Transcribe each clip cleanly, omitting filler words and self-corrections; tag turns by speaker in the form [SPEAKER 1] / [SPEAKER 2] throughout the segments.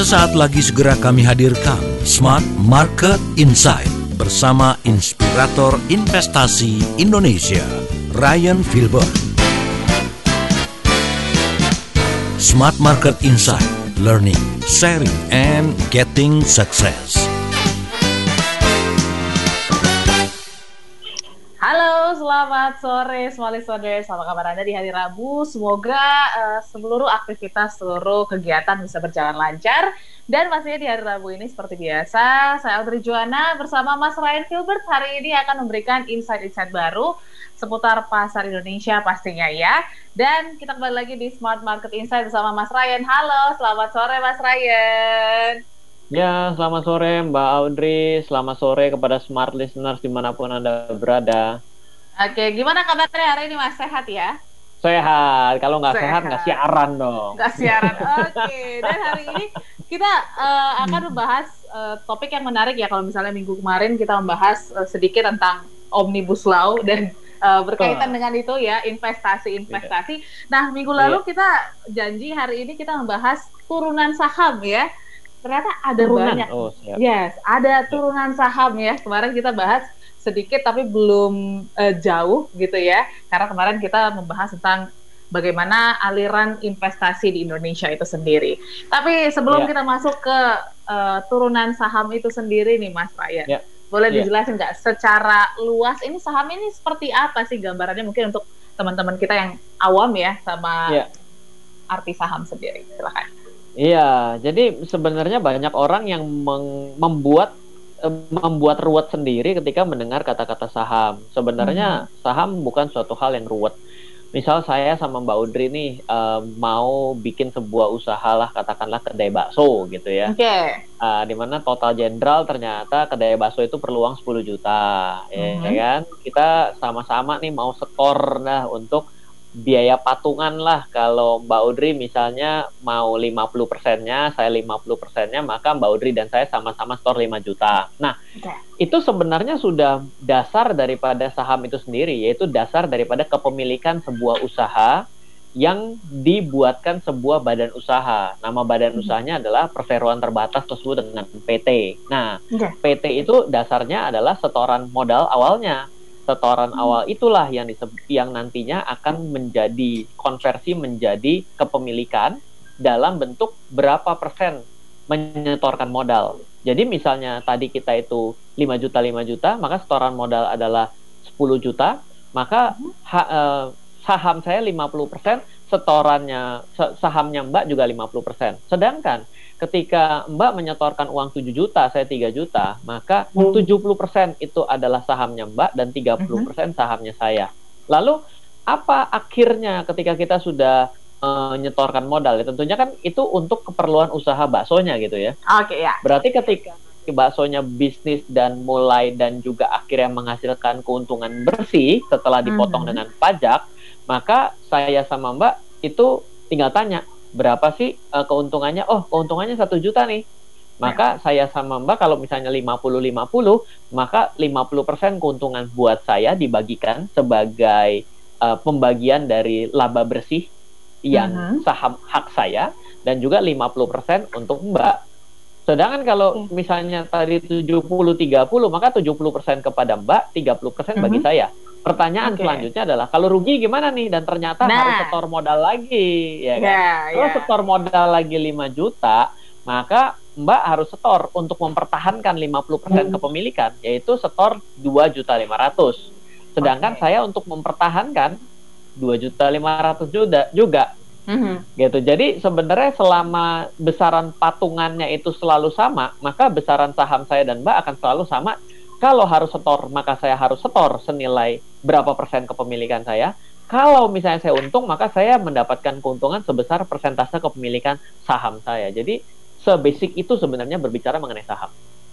[SPEAKER 1] Sesaat lagi segera kami hadirkan Smart Market Insight bersama inspirator investasi Indonesia, Ryan Filbert. Smart Market Insight, learning, sharing, and getting success.
[SPEAKER 2] Halo, selamat sore semua listeners. Apa kabar Anda di hari Rabu? Semoga seluruh aktivitas, seluruh kegiatan bisa berjalan lancar. Dan pastinya di hari Rabu ini seperti biasa, saya Audrey Juana bersama Mas Ryan Filbert hari ini akan memberikan insight-insight baru seputar pasar Indonesia pastinya ya. Dan kita kembali lagi di Smart Market Insight bersama Mas Ryan. Halo, selamat sore Mas Ryan.
[SPEAKER 3] Ya, selamat sore Mbak Audrey, selamat sore kepada smart listeners dimanapun Anda berada.
[SPEAKER 2] Oke, gimana kabarnya hari ini Mas? Sehat ya?
[SPEAKER 3] Sehat, kalau nggak sehat nggak siaran dong.
[SPEAKER 2] Nggak siaran, oke. Dan hari ini kita akan membahas topik yang menarik ya. Kalau misalnya minggu kemarin kita membahas sedikit tentang Omnibus Law dan berkaitan dengan itu ya, investasi. Nah, minggu lalu kita janji hari ini kita membahas turunan saham ya. Ternyata ada banyak, ada turunan saham ya. Kemarin kita bahas sedikit tapi belum jauh gitu ya. Karena kemarin kita membahas tentang bagaimana aliran investasi di Indonesia itu sendiri. Tapi sebelum kita masuk ke turunan saham itu sendiri nih Mas Ryan, boleh dijelasin nggak secara luas ini saham ini seperti apa sih gambarannya mungkin untuk teman-teman kita yang awam ya sama arti saham sendiri. Silakan.
[SPEAKER 3] Iya, jadi sebenarnya banyak orang yang membuat ruwet sendiri ketika mendengar kata-kata saham. Sebenarnya saham bukan suatu hal yang ruwet. Misal saya sama Mbak Audrey nih mau bikin sebuah usaha lah, katakanlah kedai bakso gitu ya. Dimana total general ternyata kedai bakso itu perlu uang 10 juta, ya kan? Kita sama-sama nih mau setor untuk biaya patungan lah. Kalau Mbak Audrey misalnya mau 50%-nya, saya 50%-nya, maka Mbak Audrey dan saya sama-sama store 5 juta. Nah, itu sebenarnya sudah dasar daripada saham itu sendiri, yaitu dasar daripada kepemilikan sebuah usaha yang dibuatkan sebuah badan usaha. Nama badan usahanya adalah perseroan terbatas tersebut dengan PT. Nah, PT itu dasarnya adalah setoran modal awalnya. Setoran awal itulah yang nantinya akan menjadi konversi menjadi kepemilikan dalam bentuk berapa persen menyetorkan modal. Jadi misalnya tadi kita itu 5 juta, maka setoran modal adalah 10 juta, maka saham saya 50%, sahamnya Mbak juga 50%. Sedangkan ketika Mbak menyetorkan uang 7 juta, saya 3 juta, maka 70% itu adalah sahamnya Mbak dan 30% sahamnya saya. Lalu apa akhirnya ketika kita sudah menyetorkan modal? Ya, tentunya kan itu untuk keperluan usaha baksonya gitu ya. Berarti ketika baksonya bisnis dan mulai dan juga akhirnya menghasilkan keuntungan bersih setelah dipotong dengan pajak, maka saya sama Mbak itu tinggal tanya, berapa sih keuntungannya? Oh, keuntungannya 1 juta nih. Maka saya sama Mbak kalau misalnya 50-50, maka 50% keuntungan buat saya dibagikan sebagai pembagian dari laba bersih yang saham hak saya, dan juga 50% untuk Mbak. Sedangkan kalau misalnya tadi 70-30, maka 70% kepada Mbak, 30% bagi saya. Pertanyaan selanjutnya adalah, kalau rugi gimana nih? Dan ternyata harus setor modal lagi, ya kan? Kalau setor modal lagi 5 juta, maka Mbak harus setor untuk mempertahankan 50% kepemilikan, yaitu setor 2.500.000. Sedangkan saya untuk mempertahankan 2.500.000 juga. Gitu. Jadi sebenarnya selama besaran patungannya itu selalu sama, maka besaran saham saya dan Mbak akan selalu sama. Kalau harus setor, maka saya harus setor senilai berapa persen kepemilikan saya. Kalau misalnya saya untung, maka saya mendapatkan keuntungan sebesar persentase kepemilikan saham saya. Jadi sebasic itu sebenarnya berbicara mengenai saham.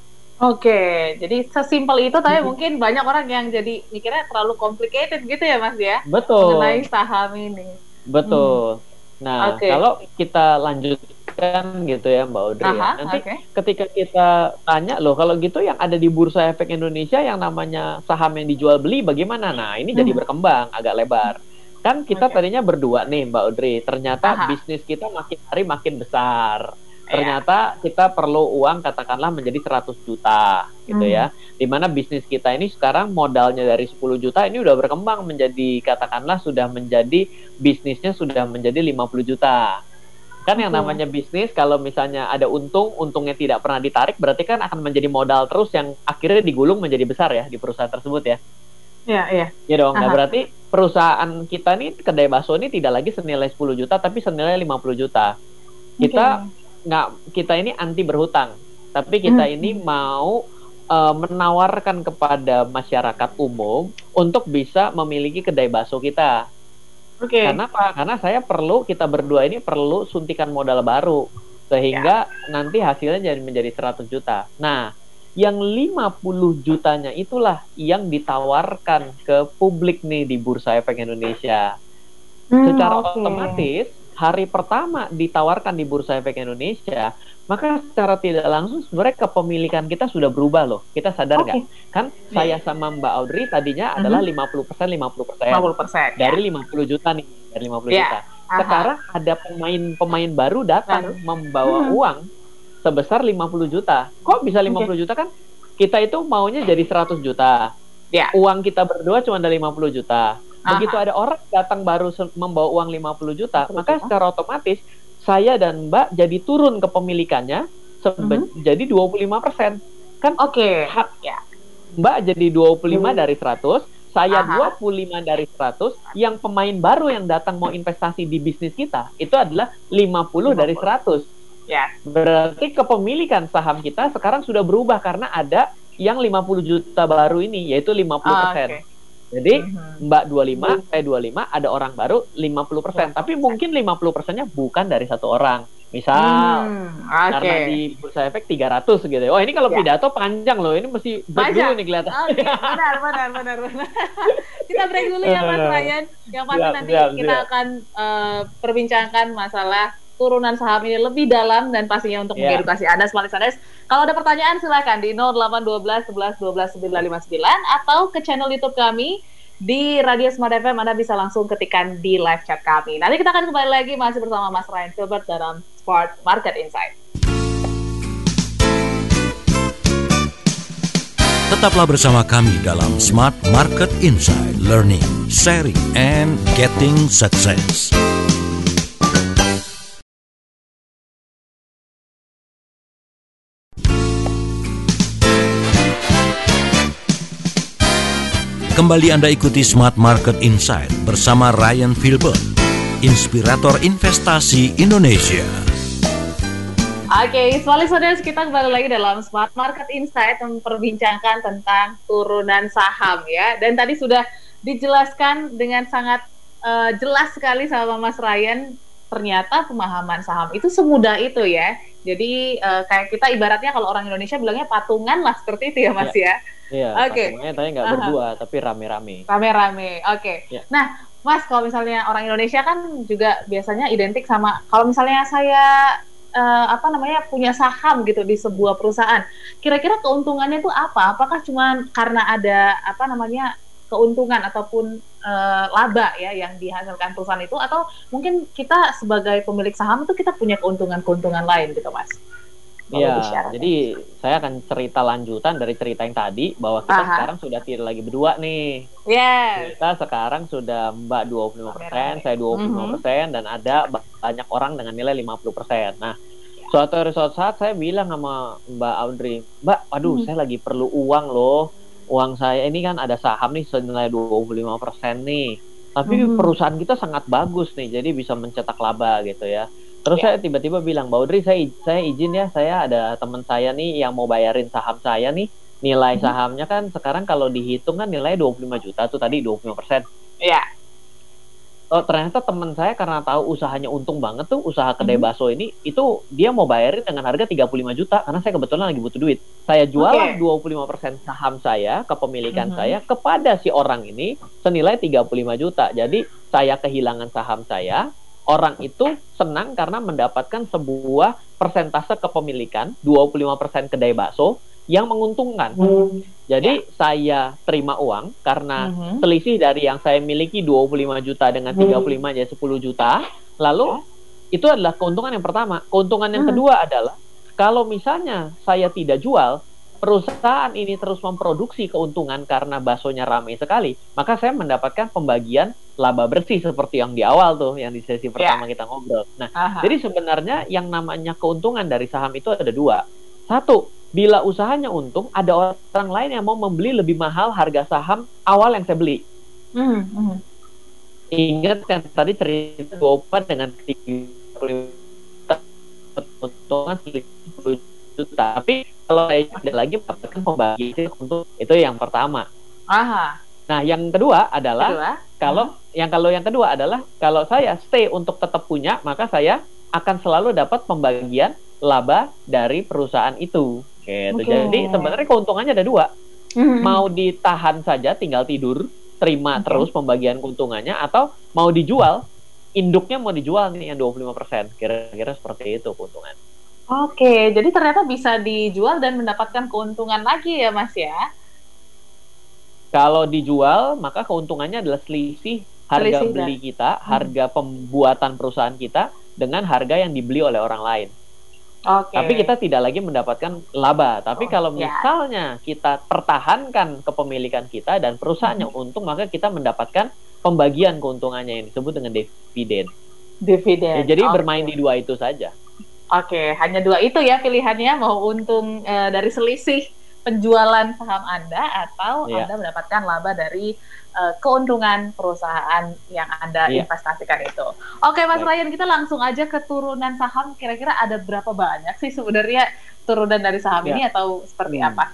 [SPEAKER 2] Jadi sesimpel itu, tapi mungkin banyak orang yang jadi mikirnya terlalu complicated gitu ya Mas ya?
[SPEAKER 3] Betul.
[SPEAKER 2] Mengenai saham ini.
[SPEAKER 3] Betul. Nah, kalau kita lanjutkan gitu ya Mbak Audrey, nanti ketika kita tanya, loh kalau gitu yang ada di Bursa Efek Indonesia yang namanya saham yang dijual beli bagaimana? Nah, ini jadi berkembang agak lebar. Kan kita tadinya berdua nih Mbak Audrey, ternyata bisnis kita makin hari makin besar. ternyata kita perlu uang katakanlah menjadi 100 juta gitu ya. Dimana bisnis kita ini sekarang modalnya dari 10 juta ini udah berkembang menjadi katakanlah sudah menjadi bisnisnya sudah menjadi 50 juta. Kan yang namanya bisnis kalau misalnya ada untungnya tidak pernah ditarik berarti kan akan menjadi modal terus yang akhirnya digulung menjadi besar ya di perusahaan tersebut ya.
[SPEAKER 2] Iya.
[SPEAKER 3] Ya dong. Nah, berarti perusahaan kita nih kedai bakso ini tidak lagi senilai 10 juta tapi senilai 50 juta. Kita ini anti berhutang, tapi kita ini mau menawarkan kepada masyarakat umum untuk bisa memiliki kedai bakso kita. Kenapa? Karena kita berdua ini perlu suntikan modal baru sehingga nanti hasilnya jadi menjadi 100 juta. Nah, yang 50 jutanya itulah yang ditawarkan ke publik nih di Bursa Efek Indonesia. Secara otomatis hari pertama ditawarkan di Bursa Efek Indonesia, maka secara tidak langsung sebenarnya kepemilikan kita sudah berubah loh. Kita sadar nggak? Kan saya sama Mbak Audrey tadinya adalah 50% dari 50 juta nih, dari 50 juta. Sekarang ada pemain baru datang membawa uang sebesar 50 juta. Kok bisa 50 juta kan? Kita itu maunya jadi 100 juta. Uang kita berdua cuma ada 50 juta. Begitu ada orang datang baru membawa uang 50 juta, maka secara otomatis saya dan Mbak jadi turun kepemilikannya jadi 25%. Kan Mbak jadi 25 dari 100, saya 25 dari 100, yang pemain baru yang datang mau investasi di bisnis kita itu adalah 50 dari 100. Berarti kepemilikan saham kita sekarang sudah berubah karena ada yang 50 juta baru ini yaitu 50%. Jadi Mbak 25, saya 25, ada orang baru 50%. Tapi mungkin 50%-nya bukan dari satu orang. Misal karena di Bursa Efek 300 gitu. Oh, ini kalau pidato panjang loh. Ini mesti break dulu nih kelihatan.
[SPEAKER 2] Benar. Kita break dulu ya Mas Ryan. Yang pasti nanti kita akan perbincangkan masalah turunan saham ini lebih dalam dan pastinya untuk mengedukasi Anda Smart Listeners. Kalau ada pertanyaan silakan di 0812 11 12 959 atau ke channel YouTube kami di Radio Smart FM. Anda bisa langsung ketikkan di live chat kami. Nanti kita akan kembali lagi masih bersama Mas Ryan Filbert dalam Smart Market Insight.
[SPEAKER 1] Tetaplah bersama kami dalam Smart Market Insight, Learning, Sharing, and Getting Success. Kembali Anda ikuti Smart Market Insight bersama Ryan Filbert, inspirator investasi Indonesia.
[SPEAKER 2] Smart Listeners, kita kembali lagi dalam Smart Market Insight memperbincangkan tentang turunan saham ya. Dan tadi sudah dijelaskan dengan sangat jelas sekali sama Mas Ryan. Ternyata pemahaman saham itu semudah itu ya. Jadi kayak kita ibaratnya kalau orang Indonesia bilangnya patungan lah seperti itu ya Mas ya.
[SPEAKER 3] Iya, patungannya tadi nggak berdua tapi rame-rame.
[SPEAKER 2] Yeah. Nah, Mas, kalau misalnya orang Indonesia kan juga biasanya identik sama kalau misalnya saya punya saham gitu di sebuah perusahaan. Kira-kira keuntungannya itu apa? Apakah cuma karena ada keuntungan ataupun laba ya yang dihasilkan perusahaan itu, atau mungkin kita sebagai pemilik saham itu kita punya keuntungan lain gitu, Mas?
[SPEAKER 3] Iya, jadi saya akan cerita lanjutan dari cerita yang tadi bahwa kita sekarang sudah tidak lagi berdua nih. Kita sekarang sudah Mbak 25%, saya 25%, dan ada banyak orang dengan nilai 50%. Nah, suatu saat saya bilang sama Mbak Audrey, Mbak, aduh saya lagi perlu uang loh. Uang saya ini kan ada saham nih senilai 25% nih. Tapi perusahaan kita sangat bagus nih, jadi bisa mencetak laba gitu ya. Terus saya tiba-tiba bilang, Mbak Audrey, saya izin ya, saya ada teman saya nih yang mau bayarin saham saya nih. Nilai sahamnya kan sekarang kalau dihitung kan nilai 25 juta tuh tadi 25%.
[SPEAKER 2] Iya.
[SPEAKER 3] Oh, ternyata teman saya karena tahu usahanya untung banget tuh, usaha kedai bakso ini, itu dia mau bayarin dengan harga 35 juta karena saya kebetulan lagi butuh duit. Saya jual 25% saham saya, kepemilikan saya kepada si orang ini senilai 35 juta. Jadi saya kehilangan saham saya, orang itu senang karena mendapatkan sebuah persentase kepemilikan 25% kedai bakso yang menguntungkan. Jadi saya terima uang karena selisih dari yang saya miliki 25 juta dengan 35 jadi 10 juta. Lalu Itu adalah keuntungan yang pertama. Keuntungan yang kedua adalah kalau misalnya saya tidak jual, perusahaan ini terus memproduksi keuntungan karena baksonya ramai sekali, maka saya mendapatkan pembagian laba bersih seperti yang di awal tuh, yang di sesi pertama kita ngobrol. Nah, jadi sebenarnya yang namanya keuntungan dari saham itu ada dua. Satu, bila usahanya untung, ada orang lain yang mau membeli lebih mahal harga saham awal yang saya beli. Ingat kan tadi cerita Gopa dengan 30 keuntungan 10 juta. Tapi kalau saya ada lagi mendapatkan pembagian untuk itu yang pertama. Nah, yang kedua adalah kalau yang kedua adalah kalau saya stay untuk tetap punya, maka saya akan selalu dapat pembagian laba dari perusahaan itu. Gitu. Jadi sebenarnya keuntungannya ada dua. Mau ditahan saja tinggal tidur, terima terus pembagian keuntungannya, atau mau dijual, induknya mau dijual nih yang 25%. Kira-kira seperti itu keuntungan.
[SPEAKER 2] Oke, jadi ternyata bisa dijual dan mendapatkan keuntungan lagi ya, Mas ya?
[SPEAKER 3] Kalau dijual, maka keuntungannya adalah selisih harga beli kita, harga pembuatan perusahaan kita dengan harga yang dibeli oleh orang lain. Tapi kita tidak lagi mendapatkan laba. Tapi kalau misalnya kita pertahankan kepemilikan kita dan perusahaannya untung, maka kita mendapatkan pembagian keuntungannya yang disebut dengan dividen. Ya, jadi bermain di dua itu saja.
[SPEAKER 2] Hanya dua itu ya pilihannya, mau untung dari selisih penjualan saham Anda atau Anda mendapatkan laba dari keuntungan perusahaan yang Anda investasikan itu. Oke, Mas Ryan, kita langsung aja ke turunan saham. Kira-kira ada berapa banyak sih sebenarnya turunan dari saham ini atau seperti apa?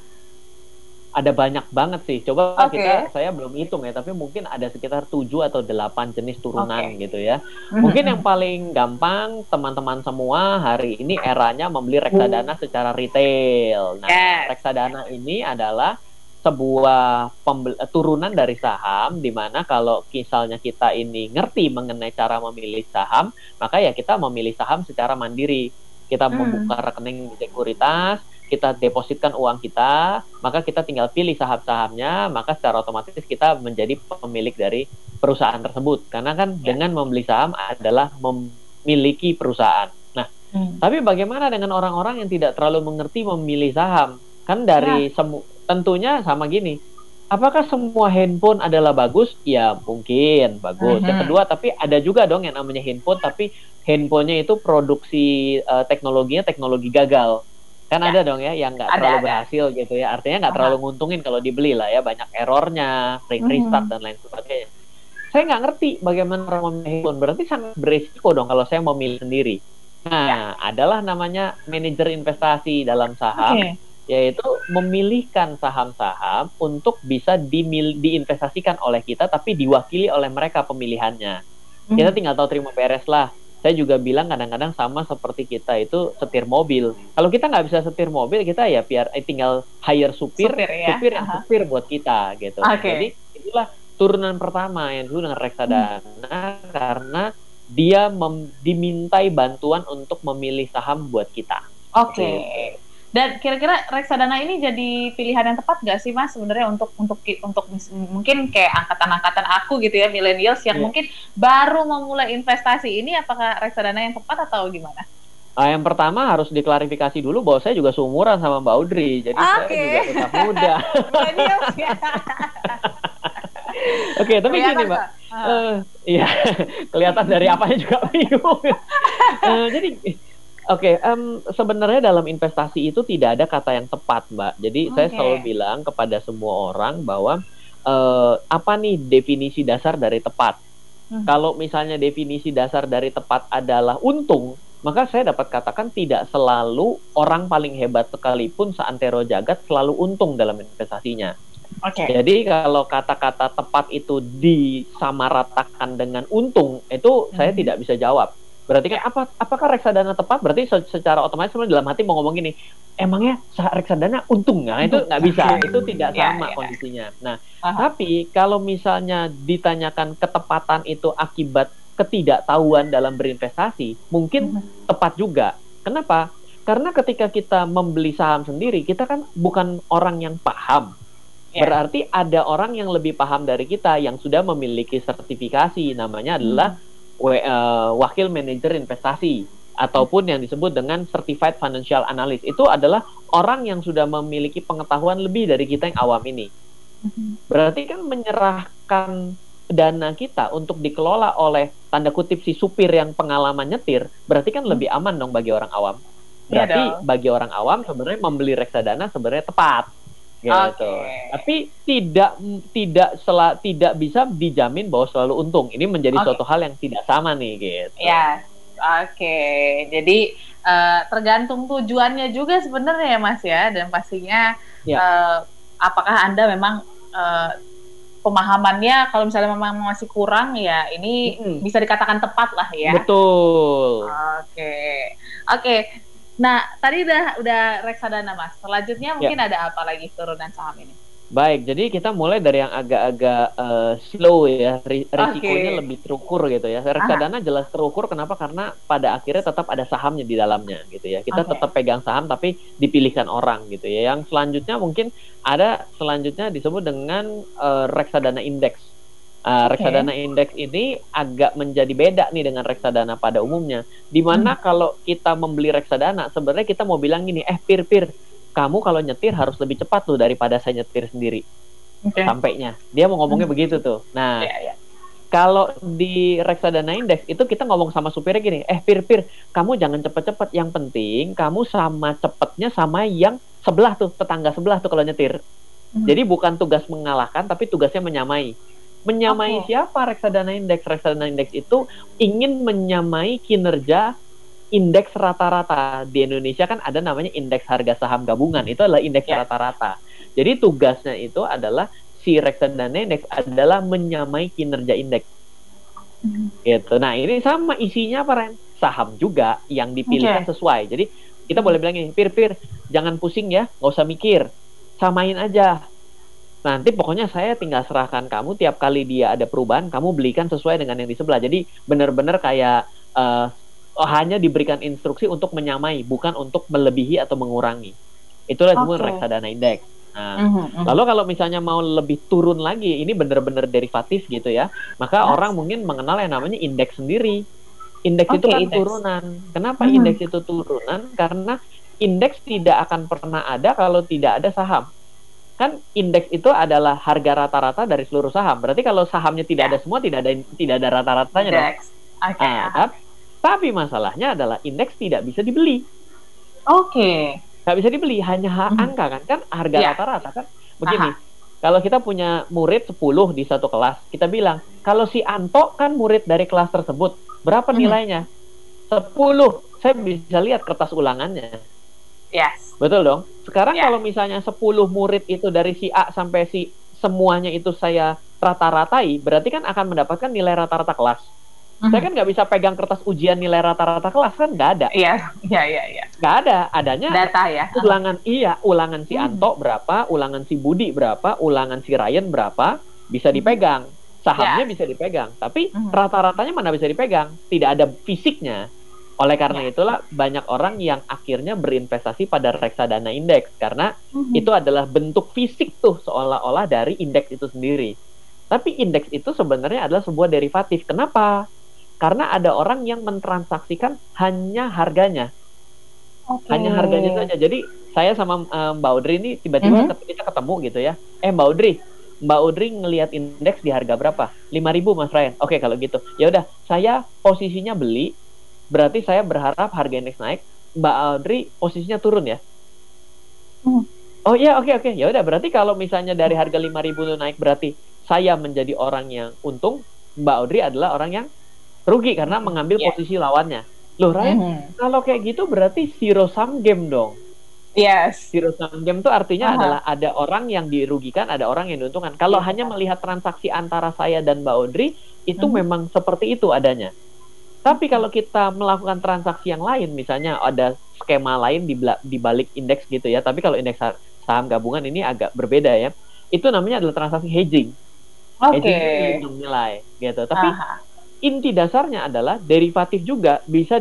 [SPEAKER 3] Ada banyak banget sih. Coba saya belum hitung ya, tapi mungkin ada sekitar 7 atau 8 jenis turunan gitu ya. Mungkin yang paling gampang teman-teman semua hari ini eranya membeli reksadana secara retail. Nah, reksadana ini adalah sebuah turunan dari saham, di mana kalau misalnya kita ini ngerti mengenai cara memilih saham, maka ya kita memilih saham secara mandiri. Kita membuka rekening sekuritas, kita depositkan uang kita, maka kita tinggal pilih saham-sahamnya, maka secara otomatis kita menjadi pemilik dari perusahaan tersebut. Karena kan dengan membeli saham adalah memiliki perusahaan. Nah, tapi bagaimana dengan orang-orang yang tidak terlalu mengerti memilih saham? Kan dari tentunya sama gini, apakah semua handphone adalah bagus? Ya mungkin bagus. Yang kedua, tapi ada juga dong yang namanya handphone, tapi handphonenya itu produksi teknologinya teknologi gagal. Kan ada dong ya yang nggak terlalu berhasil gitu ya. Artinya nggak terlalu nguntungin kalau dibeli lah ya. Banyak errornya, restart dan lain sebagainya. Saya nggak ngerti bagaimana orang memilih handphone. Berarti sangat berisiko dong kalau saya memilih sendiri. Nah, adalah namanya manajer investasi dalam saham. Yaitu memilihkan saham-saham untuk bisa diinvestasikan oleh kita, tapi diwakili oleh mereka pemilihannya. Kita tinggal tahu terima beres lah. Saya juga bilang kadang-kadang sama seperti kita itu setir mobil. Kalau kita nggak bisa setir mobil, kita ya tinggal hire supir yang supir buat kita gitu. Jadi itulah turunan pertama yang dulu dengan reksadana, karena dia dimintai bantuan untuk memilih saham buat kita.
[SPEAKER 2] Dan kira-kira reksadana ini jadi pilihan yang tepat nggak sih, Mas, sebenarnya untuk mungkin kayak angkatan-angkatan aku gitu ya, millennials yang mungkin baru memulai investasi ini, apakah reksadana yang tepat atau gimana?
[SPEAKER 3] Yang pertama harus diklarifikasi dulu bahwa saya juga seumuran sama Mbak Audrey, jadi saya juga tetap muda. Tapi gini, Mbak. Iya, kelihatan dari apanya juga bingung. Jadi sebenarnya dalam investasi itu tidak ada kata yang tepat, Mbak. Jadi saya selalu bilang kepada semua orang bahwa apa nih definisi dasar dari tepat. Kalau misalnya definisi dasar dari tepat adalah untung, maka saya dapat katakan tidak selalu orang paling hebat sekalipun seantero jagat selalu untung dalam investasinya. Jadi kalau kata-kata tepat itu disamaratakan dengan untung, itu saya tidak bisa jawab. Berarti kan apakah reksadana tepat? Berarti secara otomatis dalam hati mau ngomong gini, emangnya reksadana untung nggak? Itu nggak bisa, itu tidak sama kondisinya. Nah, tapi kalau misalnya ditanyakan ketepatan itu akibat ketidaktahuan dalam berinvestasi, mungkin tepat juga. Kenapa? Karena ketika kita membeli saham sendiri, kita kan bukan orang yang paham. Berarti ada orang yang lebih paham dari kita yang sudah memiliki sertifikasi, namanya adalah wakil manajer investasi ataupun yang disebut dengan certified financial analyst. Itu adalah orang yang sudah memiliki pengetahuan lebih dari kita yang awam ini. Berarti kan menyerahkan dana kita untuk dikelola oleh tanda kutip si supir yang pengalaman nyetir, berarti kan lebih aman dong bagi orang awam. Berarti bagi orang awam sebenarnya membeli reksadana sebenarnya tepat. Gitu. Tapi tidak bisa dijamin bahwa selalu untung. Ini menjadi suatu hal yang tidak sama nih gitu.
[SPEAKER 2] Ya. Jadi tergantung tujuannya juga sebenarnya ya Mas ya, dan pastinya apakah Anda memang pemahamannya kalau misalnya memang masih kurang ya ini bisa dikatakan tepat lah ya.
[SPEAKER 3] Betul.
[SPEAKER 2] Oke. Nah, tadi udah reksadana Mas. Selanjutnya mungkin ada apa lagi turunan saham ini?
[SPEAKER 3] Baik, jadi kita mulai dari yang agak-agak slow ya, risikonya lebih terukur gitu ya. Reksadana jelas terukur, kenapa? Karena pada akhirnya tetap ada sahamnya di dalamnya gitu ya. Kita tetap pegang saham tapi dipilihkan orang gitu ya. Yang selanjutnya mungkin selanjutnya disebut dengan reksadana indeks. Reksadana indeks ini agak menjadi beda nih dengan reksadana pada umumnya. Dimana kalau kita membeli reksadana, sebenarnya kita mau bilang gini, Pir, kamu kalau nyetir harus lebih cepat tuh daripada saya nyetir sendiri. Sampainya. Dia mau ngomongnya begitu tuh. Nah, kalau di reksadana indeks itu kita ngomong sama supirnya gini, Pir, kamu jangan cepet-cepet. Yang penting kamu sama cepetnya sama yang sebelah tuh, tetangga sebelah tuh kalau nyetir. Jadi bukan tugas mengalahkan, tapi tugasnya menyamai. Menyamai siapa reksadana indeks? Reksadana indeks itu ingin menyamai kinerja indeks rata-rata. Di Indonesia kan ada namanya indeks harga saham gabungan, itu adalah indeks rata-rata. Jadi tugasnya itu adalah si reksadana indeks adalah menyamai kinerja indeks. Gitu. Nah, ini sama isinya apa, Ren? Saham juga yang dipilihkan sesuai. Jadi kita boleh bilang ini, Pir, jangan pusing ya, nggak usah mikir. Samain aja. Nanti pokoknya saya tinggal serahkan kamu tiap kali dia ada perubahan, kamu belikan sesuai dengan yang di sebelah. Jadi benar-benar kayak hanya diberikan instruksi untuk menyamai, bukan untuk melebihi atau mengurangi. Itulah semua reksadana indeks. Nah, lalu kalau misalnya mau lebih turun lagi, ini benar-benar derivatif gitu ya, maka orang mungkin mengenal yang namanya indeks sendiri. Indeks itu kan turunan. Kenapa indeks itu turunan? Karena indeks tidak akan pernah ada kalau tidak ada saham. Kan indeks itu adalah harga rata-rata dari seluruh saham. Berarti kalau sahamnya tidak ada semua, tidak ada rata-ratanya dong. Tapi masalahnya adalah indeks tidak bisa dibeli. Nggak bisa dibeli, hanya angka kan. Kan harga rata-rata kan. Begini, kalau kita punya murid 10 di satu kelas, kita bilang, kalau si Anto kan murid dari kelas tersebut, berapa nilainya? 10. Saya bisa lihat kertas ulangannya. Betul dong. Sekarang kalau misalnya 10 murid itu dari si A sampai si semuanya itu saya rata-ratai, berarti kan akan mendapatkan nilai rata-rata kelas. Saya kan nggak bisa pegang kertas ujian nilai rata-rata kelas, kan nggak ada. Nggak ada. Adanya
[SPEAKER 2] data ya.
[SPEAKER 3] Ulangan si Anto berapa, ulangan si Budi berapa, ulangan si Ryan berapa, bisa dipegang. Sahamnya bisa dipegang. Tapi rata-ratanya mana bisa dipegang? Tidak ada fisiknya. Oleh karena itulah banyak orang yang akhirnya berinvestasi pada reksadana indeks karena itu adalah bentuk fisik tuh seolah-olah dari indeks itu sendiri. Tapi indeks itu sebenarnya adalah sebuah derivatif. Kenapa? Karena ada orang yang mentransaksikan hanya harganya. Hanya harganya itu aja. Jadi saya sama Mbak Audrey ini tiba-tiba kita ketemu gitu ya. Mbak Audrey ngelihat indeks di harga berapa? 5.000 Mas Ryan. Oke, kalau gitu. Ya udah, saya posisinya beli. Berarti saya berharap harga indeks naik, Mbak Audrey posisinya turun ya. Oh iya, oke. Ya udah, berarti kalau misalnya dari harga 5.000 itu naik, berarti saya menjadi orang yang untung, Mbak Audrey adalah orang yang rugi karena mengambil posisi lawannya. Loh, Ryan, kalau kayak gitu berarti zero sum game dong. Zero sum game itu artinya adalah ada orang yang dirugikan, ada orang yang diuntungkan. Kalau hanya melihat transaksi antara saya dan Mbak Audrey, itu memang seperti itu adanya. Tapi kalau kita melakukan transaksi yang lain, misalnya ada skema lain di balik indeks gitu ya, tapi kalau indeks saham gabungan ini agak berbeda ya, itu namanya adalah transaksi hedging. Hedging itu lindung nilai gitu. Tapi inti dasarnya adalah derivatif juga bisa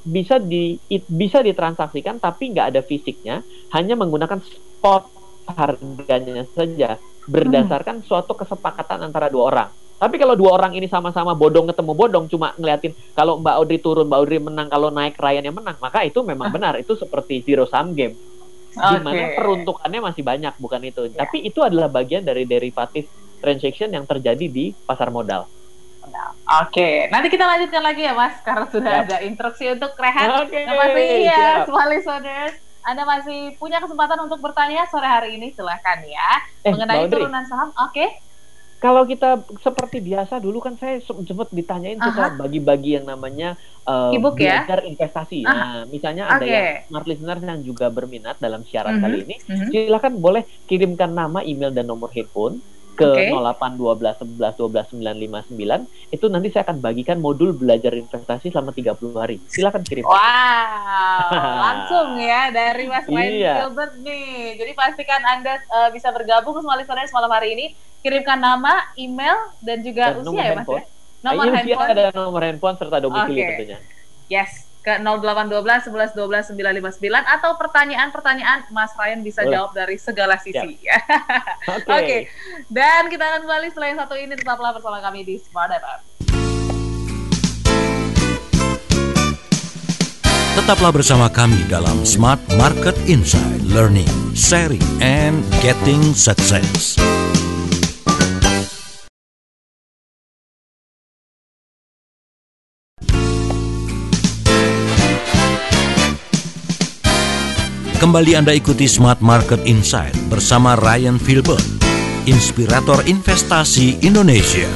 [SPEAKER 3] ditransaksikan tapi nggak ada fisiknya, hanya menggunakan spot harganya saja berdasarkan suatu kesepakatan antara dua orang. Tapi kalau dua orang ini sama-sama bodong ketemu bodong, cuma ngeliatin kalau Mbak Audrey turun, Mbak Audrey menang, kalau naik Ryan yang menang, maka itu memang benar, itu seperti zero sum game. Di mana peruntukannya masih banyak, bukan itu. Tapi itu adalah bagian dari derivatif transaction yang terjadi di pasar modal.
[SPEAKER 2] Oke, nanti kita lanjutkan lagi ya Mas, karena sudah ada instruksi untuk rehat. Nah, masih smart listeners, Anda masih punya kesempatan untuk bertanya sore hari ini, silahkan ya. Mengenai turunan saham,
[SPEAKER 3] Kalau kita seperti biasa dulu kan saya sempat ditanyain suka bagi-bagi yang namanya belajar investasi. Nah, misalnya ada yang smart listeners yang juga berminat dalam siaran kali ini, silakan boleh kirimkan nama, email dan nomor handphone ke 08 12 11 12 959. Itu nanti saya akan bagikan modul belajar investasi selama 30 hari. Silakan kirim.
[SPEAKER 2] Wow, langsung ya dari Mas Ryan Filbert nih. Jadi pastikan Anda bisa bergabung ke Smart Listeners malam hari ini. Kirimkan nama, email dan juga usia ya Mas ya.
[SPEAKER 3] Nomor handphone ada nomor handphone serta domisili tentunya.
[SPEAKER 2] Yes. Ke 0812 11 12 959 atau pertanyaan-pertanyaan Mas Ryan bisa jawab dari segala sisi. Oke. Dan kita akan kembali setelah yang satu ini, tetaplah bersama kami di Smart FM.
[SPEAKER 1] Tetaplah bersama kami dalam Smart Market Insight, Learning, Sharing, and Getting Success. Kembali Anda ikuti Smart Market Insight bersama Ryan Filbert, inspirator investasi Indonesia.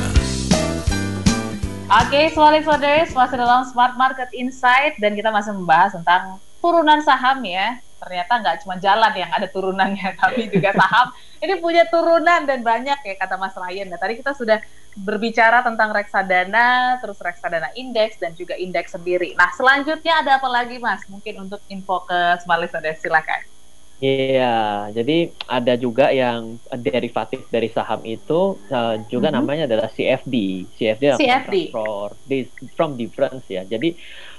[SPEAKER 2] Oke, Smart Listeners, masih dalam Smart Market Insight dan kita masih membahas tentang turunan saham ya. Ternyata nggak cuma jalan yang ada turunannya, tapi juga saham ini punya turunan dan banyak ya kata Mas Ryan. Nah, tadi kita sudah berbicara tentang reksadana, terus reksadana indeks dan juga indeks sendiri. Nah, selanjutnya ada apa lagi Mas? Mungkin untuk info ke Smart Listeners, silakan.
[SPEAKER 3] Iya, jadi ada juga yang derivatif dari saham itu juga namanya adalah CFD. CFD from difference ya. Jadi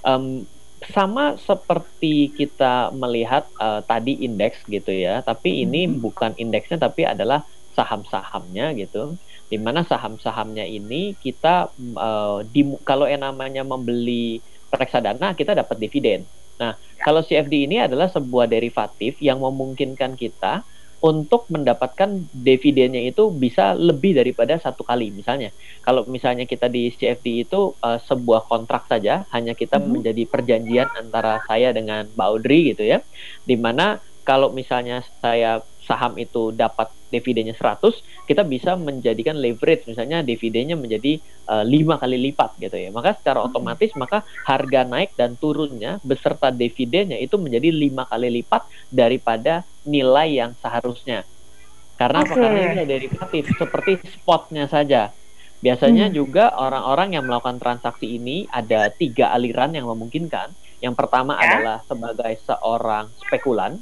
[SPEAKER 3] sama seperti kita melihat tadi indeks gitu ya, tapi ini bukan indeksnya tapi adalah saham-sahamnya gitu. Di mana saham-sahamnya ini kita kalau yang namanya membeli reksadana kita dapat dividen. Nah, kalau CFD ini adalah sebuah derivatif yang memungkinkan kita untuk mendapatkan dividennya itu bisa lebih daripada satu kali. Misalnya, kalau misalnya kita di CFD itu sebuah kontrak saja, hanya kita menjadi perjanjian antara saya dengan Mbak Audrey gitu ya, dimana kalau misalnya saya saham itu dapat dividennya 100, kita bisa menjadikan leverage, misalnya dividennya menjadi 5 kali lipat gitu ya. Maka secara otomatis maka harga naik dan turunnya beserta dividennya itu menjadi 5 kali lipat daripada nilai yang seharusnya. Karena apa? Karena ini derivatif seperti spotnya saja. Biasanya juga orang-orang yang melakukan transaksi ini ada 3 aliran yang memungkinkan. Yang pertama adalah sebagai seorang spekulan,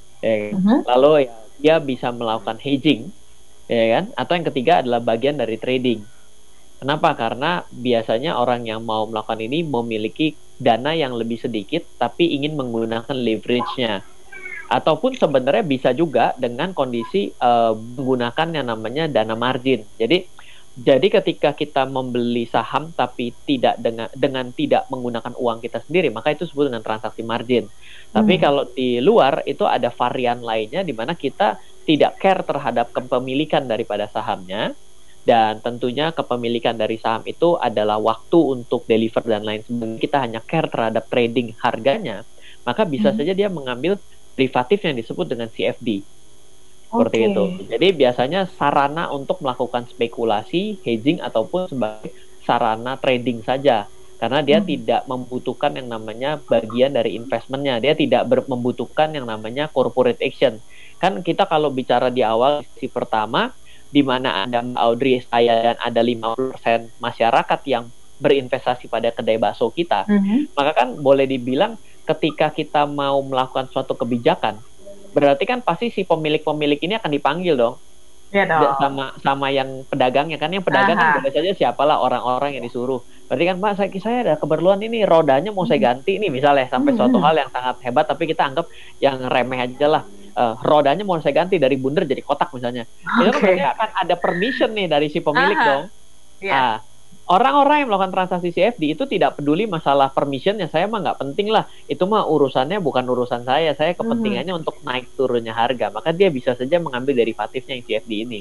[SPEAKER 3] lalu ya dia bisa melakukan hedging, ya kan? Atau yang ketiga adalah bagian dari trading. Kenapa? Karena biasanya orang yang mau melakukan ini memiliki dana yang lebih sedikit, tapi ingin menggunakan leverage-nya. Ataupun sebenarnya bisa juga dengan kondisi menggunakan yang namanya dana margin. Jadi ketika kita membeli saham tapi tidak dengan tidak menggunakan uang kita sendiri, maka itu disebut dengan transaksi margin. Tapi kalau di luar itu ada varian lainnya di mana kita tidak care terhadap kepemilikan daripada sahamnya, dan tentunya kepemilikan dari saham itu adalah waktu untuk deliver dan lain sebagainya. Kita hanya care terhadap trading harganya, maka bisa saja dia mengambil derivatif yang disebut dengan CFD. Seperti itu. Jadi biasanya sarana untuk melakukan spekulasi, hedging ataupun sebagai sarana trading saja. Karena dia tidak membutuhkan yang namanya bagian dari investmentnya. Dia tidak membutuhkan yang namanya corporate action. Kan kita kalau bicara di awal sesi pertama, di mana ada Audrey, saya, dan ada 50% masyarakat yang berinvestasi pada kedai bakso kita, maka kan boleh dibilang ketika kita mau melakukan suatu kebijakan, berarti kan pasti si pemilik-pemilik ini akan dipanggil dong.
[SPEAKER 2] Iya dong.
[SPEAKER 3] Sama yang pedagangnya kan, yang pedagang kan boleh saja siapalah orang-orang yang disuruh. Berarti kan Pak, saya ada keperluan ini, rodanya mau saya ganti nih misalnya, sampai suatu hal yang sangat hebat tapi kita anggap yang remeh aja lah. Rodanya mau saya ganti dari bundar jadi kotak misalnya. Itu kan berarti akan ada permission nih dari si pemilik dong. Ah, orang-orang yang melakukan transaksi CFD itu tidak peduli masalah permissionnya, saya mah nggak penting lah, itu mah urusannya bukan urusan saya kepentingannya untuk naik turunnya harga, maka dia bisa saja mengambil derivatifnya yang CFD ini,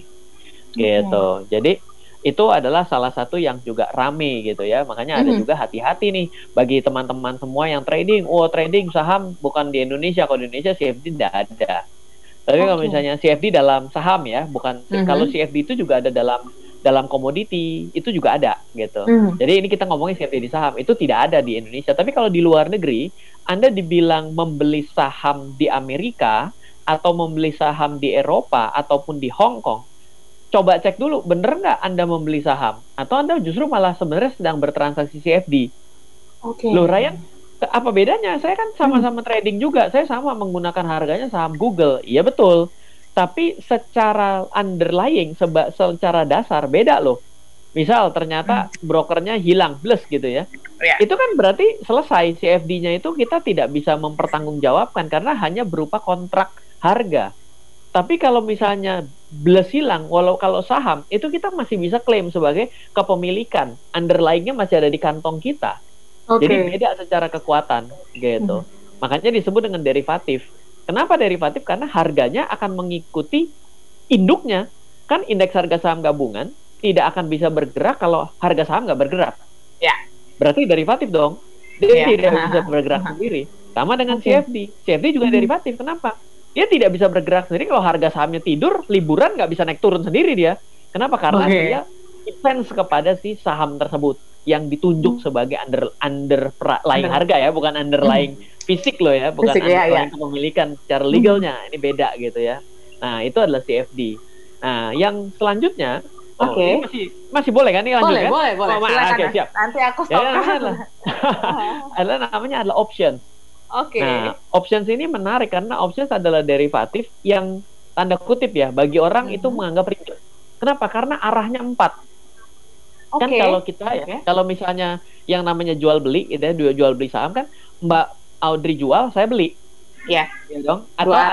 [SPEAKER 3] gitu. Jadi itu adalah salah satu yang juga rame gitu ya, makanya ada juga hati-hati nih bagi teman-teman semua yang trading, trading saham bukan di Indonesia, kalau di Indonesia CFD tidak ada. Tapi kalau misalnya CFD dalam saham ya, bukan kalau CFD itu juga ada dalam komoditi, itu juga ada gitu. Jadi ini kita ngomongin CFD di saham, itu tidak ada di Indonesia. Tapi kalau di luar negeri, Anda dibilang membeli saham di Amerika atau membeli saham di Eropa ataupun di Hong Kong, coba cek dulu, bener nggak Anda membeli saham? Atau Anda justru malah sebenarnya sedang bertransaksi CFD? Loh Ryan, apa bedanya? Saya kan sama-sama trading juga. Saya sama menggunakan harganya saham Google. Iya betul. Tapi secara underlying, secara dasar beda loh. Misal ternyata brokernya hilang, bless gitu ya. Itu kan berarti selesai CFD-nya itu kita tidak bisa mempertanggungjawabkan karena hanya berupa kontrak harga. Tapi kalau misalnya bless hilang, walau kalau saham, itu kita masih bisa klaim sebagai kepemilikan. Underlying-nya masih ada di kantong kita. Jadi beda secara kekuatan, gitu. Makanya disebut dengan derivatif. Kenapa derivatif? Karena harganya akan mengikuti induknya. Kan indeks harga saham gabungan tidak akan bisa bergerak kalau harga saham nggak bergerak.
[SPEAKER 2] Ya.
[SPEAKER 3] Berarti derivatif dong. Dia tidak bisa bergerak sendiri. Sama dengan CFD. CFD juga derivatif. Kenapa? Dia tidak bisa bergerak sendiri kalau harga sahamnya tidur, liburan nggak bisa naik turun sendiri dia. Kenapa? Karena dia depends kepada si saham tersebut yang ditunjuk sebagai underlying harga ya, bukan underlying fisik loh ya, bukan underlying kepemilikan secara legalnya. Ini beda gitu ya. Nah, itu adalah CFD. Nah, yang selanjutnya ini masih boleh kan nih lanjut kan?
[SPEAKER 2] Boleh.
[SPEAKER 3] Oke, siap.
[SPEAKER 2] Nanti aku stop.
[SPEAKER 3] Namanya adalah options. Nah, options ini menarik karena options adalah derivatif yang tanda kutip ya, bagi orang itu menganggap ribet. Kenapa? Karena arahnya 4. Kan kalau kita kalau misalnya yang namanya jual beli, itu ya, jual beli saham kan, Mbak Audrey jual, saya beli. Ya dong.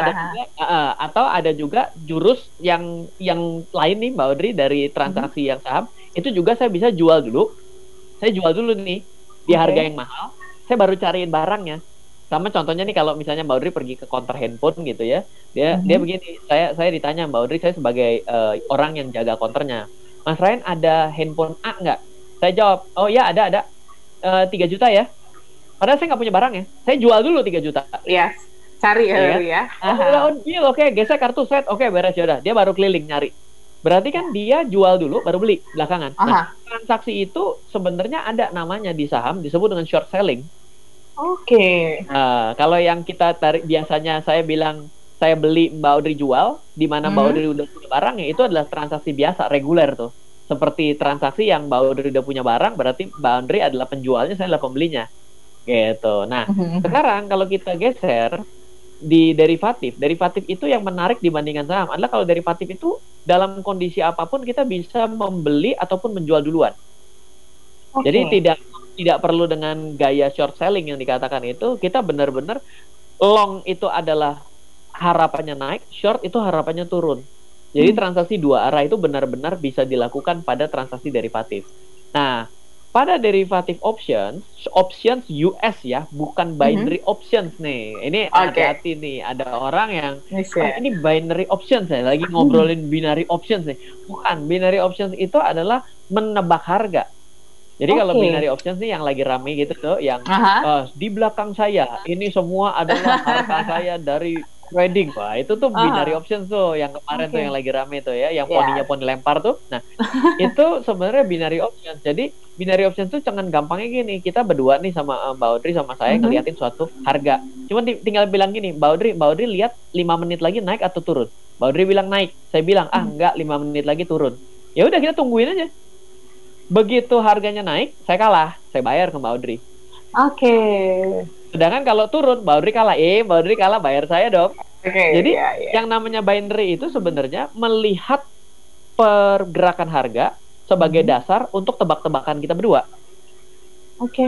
[SPEAKER 3] Atau ada juga jurus yang lain nih Mbak Audrey dari transaksi yang saham, itu juga saya bisa jual dulu. Saya jual dulu nih di harga yang mahal, saya baru cariin barangnya. Sama contohnya nih kalau misalnya Mbak Audrey pergi ke counter handphone gitu ya, dia begini, saya ditanya Mbak Audrey, saya sebagai orang yang jaga counternya, Mas Ryan ada handphone A nggak? Saya jawab, oh ya ada 3 juta ya. Padahal saya nggak punya barangnya, saya jual dulu 3 juta.
[SPEAKER 2] Iya, cari ya.
[SPEAKER 3] Udah on deal, oke, gesek kartu set, oke beres ya udah, dia baru keliling nyari. Berarti kan dia jual dulu baru beli belakangan. Nah, transaksi itu sebenarnya ada namanya di saham disebut dengan short selling. Kalau yang kita tarik biasanya saya bilang saya beli Mbak Audrey jual, di mana Mbak Audrey udah punya barang ya, itu adalah transaksi biasa reguler tuh. Seperti transaksi yang Mbak Audrey udah punya barang, berarti Mbak Audrey adalah penjualnya, saya adalah pembelinya. Gitu. Nah, sekarang kalau kita geser di derivatif itu yang menarik dibandingkan saham adalah kalau derivatif itu dalam kondisi apapun kita bisa membeli ataupun menjual duluan. Jadi tidak perlu dengan gaya short selling yang dikatakan itu, kita benar-benar long itu adalah harapannya naik, short itu harapannya turun. Jadi transaksi dua arah itu benar-benar bisa dilakukan pada transaksi derivatif. Nah, pada derivatif options US ya, bukan binary options nih. Ini hati-hati nih, ada orang yang ini binary options ya, lagi ngobrolin binary options nih. Bukan, binary options itu adalah menebak harga. Jadi kalau binary options nih yang lagi rame gitu tuh, yang di belakang saya ini semua adalah harta saya dari trading. Wah, itu tuh binary options tuh yang kemarin tuh yang lagi rame tuh ya, yang poninya poni lempar tuh. Nah, itu sebenarnya binary options. Jadi binary options tuh jangan gampangnya gini, kita berdua nih sama Mbak Audrey sama saya ngeliatin suatu harga. Cuman tinggal bilang gini, Mbak Audrey lihat 5 menit lagi naik atau turun. Mbak Audrey bilang naik, saya bilang enggak, 5 menit lagi turun. Ya udah kita tungguin aja. Begitu harganya naik, saya kalah, saya bayar ke Mbak Audrey. Sedangkan kalau turun, Mbak Audrey kalah. Mbak Audrey kalah, bayar saya dong. Jadi yang namanya binary itu sebenarnya melihat pergerakan harga sebagai dasar untuk tebak-tebakan kita berdua.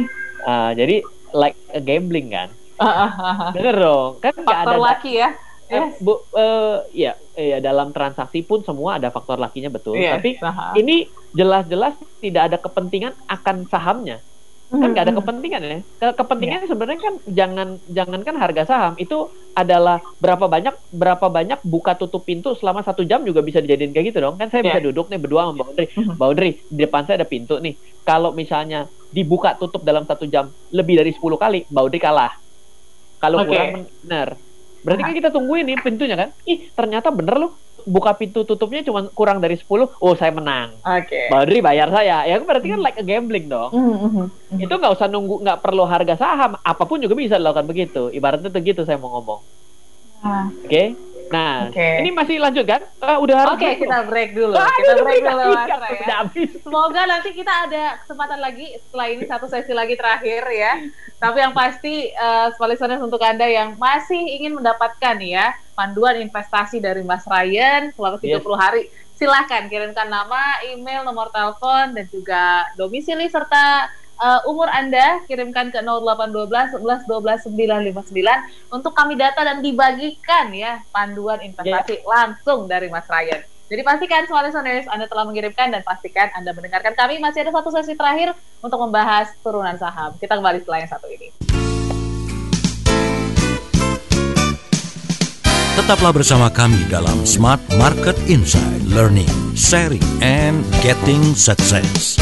[SPEAKER 3] Jadi like a gambling kan. Bener dong. Kan nggak ada
[SPEAKER 2] laki ya.
[SPEAKER 3] Ya dalam transaksi pun semua ada faktor lakinya betul.
[SPEAKER 2] Iya,
[SPEAKER 3] Tapi
[SPEAKER 2] saham.
[SPEAKER 3] ini jelas-jelas tidak ada kepentingan akan sahamnya. Kan nggak ada kepentingan ya. Kepentingannya sebenarnya kan jangankan harga saham itu adalah berapa banyak buka tutup pintu selama 1 jam juga bisa dijadiin kayak gitu dong. Kan saya bisa duduk nih berdua sama Mbak Audrey. Mbak Audrey, di depan saya ada pintu nih. Kalau misalnya dibuka tutup dalam 1 jam lebih dari 10 kali, Mbak Audrey kalah. Kalau kurang benar. Berarti kan kita tungguin nih pintunya kan. Ternyata bener loh. Buka pintu tutupnya cuma kurang dari 10. Oh, saya menang. Mbak Audrey bayar saya. Ya berarti kan like a gambling dong. Itu nggak usah nunggu, nggak perlu harga saham. Apapun juga bisa dilakukan begitu. Ibaratnya tuh gitu saya mau ngomong. Oke. Nah, ini masih lanjut kan? Udah harus
[SPEAKER 2] kita break dulu. Kita break dulu, Mas Ray. Semoga nanti kita ada kesempatan lagi setelah ini, satu sesi lagi terakhir ya. Tapi yang pasti, listeners, untuk Anda yang masih ingin mendapatkan ya panduan investasi dari Mas Ryan selama 30 hari, silahkan kirimkan nama, email, nomor telepon, dan juga domisili serta umur Anda, kirimkan ke 0812 11 12 959 untuk kami data dan dibagikan ya panduan investasi langsung dari Mas Ryan. Jadi pastikan semua listeners Anda telah mengirimkan dan pastikan Anda mendengarkan kami. Masih ada satu sesi terakhir untuk membahas turunan saham. Kita kembali setelah yang satu ini.
[SPEAKER 1] Tetaplah bersama kami dalam Smart Market Insight, Learning, Sharing, and Getting Success.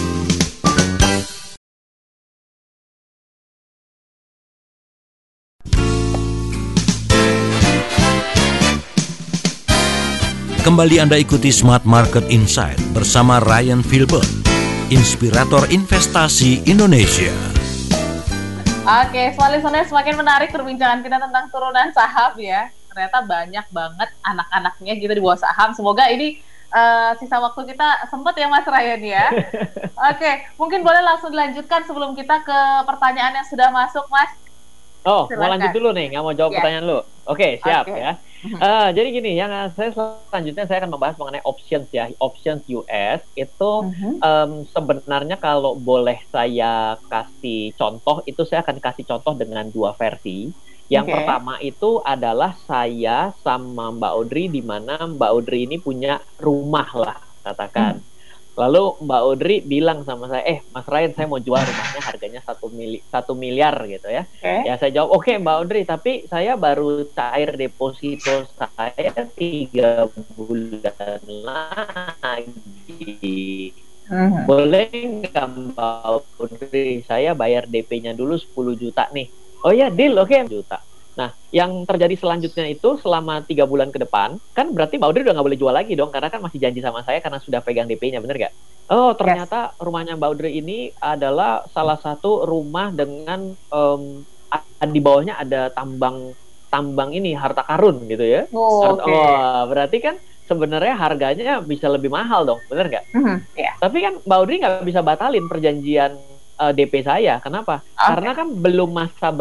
[SPEAKER 1] Kembali Anda ikuti Smart Market Insight bersama Ryan Filbert, inspirator investasi Indonesia.
[SPEAKER 2] Oke, listeners, semakin menarik perbincangan kita tentang turunan saham ya. Ternyata banyak banget anak-anaknya gitu di bawah saham. Semoga ini sisa waktu kita sempat ya Mas Ryan ya. Oke, mungkin boleh langsung dilanjutkan sebelum kita ke pertanyaan yang sudah masuk, Mas.
[SPEAKER 3] Mau lanjut dulu nih, nggak mau jawab pertanyaan lu. Oke, siap ya. Jadi gini, yang selanjutnya saya akan membahas mengenai options ya. Options US itu sebenarnya kalau boleh saya kasih contoh, itu saya akan kasih contoh dengan 2 versi. Yang pertama itu adalah saya sama Mbak Audrey, di mana Mbak Audrey ini punya rumah lah, katakan. Lalu Mbak Audrey bilang sama saya, Mas Ryan, saya mau jual rumahnya harganya 1 miliar gitu ya. Ya saya jawab, oke Mbak Audrey, tapi saya baru cair deposito saya 3 bulan lagi. Boleh nggak Mbak Audrey, saya bayar DP-nya dulu 10 juta nih. Oh ya, deal, oke, juta. Nah, yang terjadi selanjutnya itu selama 3 bulan ke depan, kan berarti Mbak Audrey udah nggak boleh jual lagi dong, karena kan masih janji sama saya karena sudah pegang DP-nya, bener nggak? Oh, ternyata rumahnya Mbak Audrey ini adalah salah satu rumah dengan di bawahnya ada tambang ini, harta karun gitu ya. Berarti kan sebenarnya harganya bisa lebih mahal dong, bener nggak? Tapi kan Mbak Audrey nggak bisa batalin perjanjian DP saya. Kenapa? Karena kan belum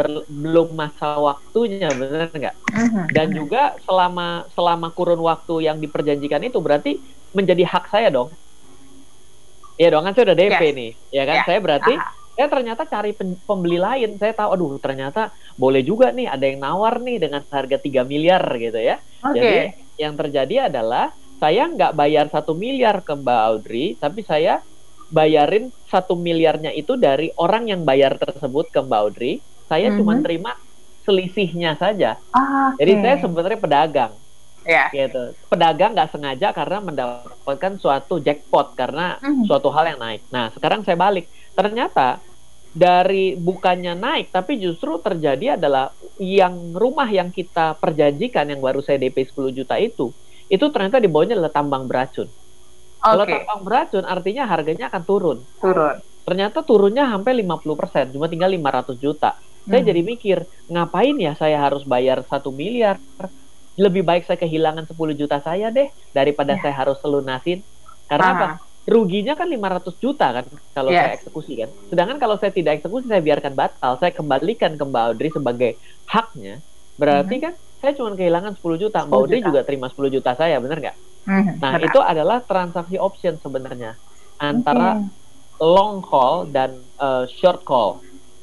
[SPEAKER 3] masa waktunya, benar nggak? Dan juga selama kurun waktu yang diperjanjikan itu berarti menjadi hak saya dong. Iya dong, kan saya udah DP nih, ya kan? Saya berarti saya ternyata cari pembeli lain. Saya tahu, aduh ternyata boleh juga nih, ada yang nawar nih dengan harga 3 miliar gitu ya. Jadi yang terjadi adalah saya nggak bayar 1 miliar ke Mbak Audrey, tapi saya bayarin 1 miliarnya itu dari orang yang bayar tersebut ke Mbak Audrey. Saya cuma terima selisihnya saja. Jadi saya sebenarnya pedagang. Gitu. Pedagang nggak sengaja karena mendapatkan suatu jackpot karena suatu hal yang naik. Nah, sekarang saya balik. Ternyata dari bukannya naik, tapi justru terjadi adalah yang rumah yang kita perjanjikan yang baru saya DP 10 juta itu ternyata di bawahnya adalah tambang beracun. Kalau tambang beracun artinya harganya akan turun. Ternyata turunnya sampai 50%, cuma tinggal 500 juta. Saya jadi mikir, ngapain ya saya harus bayar 1 miliar? Lebih baik saya kehilangan 10 juta saya deh, daripada saya harus lunasin. Karena apa? Ruginya kan 500 juta kan, kalau saya eksekusi kan. Sedangkan kalau saya tidak eksekusi, saya biarkan batal, saya kembalikan ke Mbak Audrey sebagai haknya. Berarti kan saya cuma kehilangan 10 juta. Mbak Audrey juga terima 10 juta saya, benar nggak? Nah, itu adalah transaksi option sebenarnya antara long call dan short call.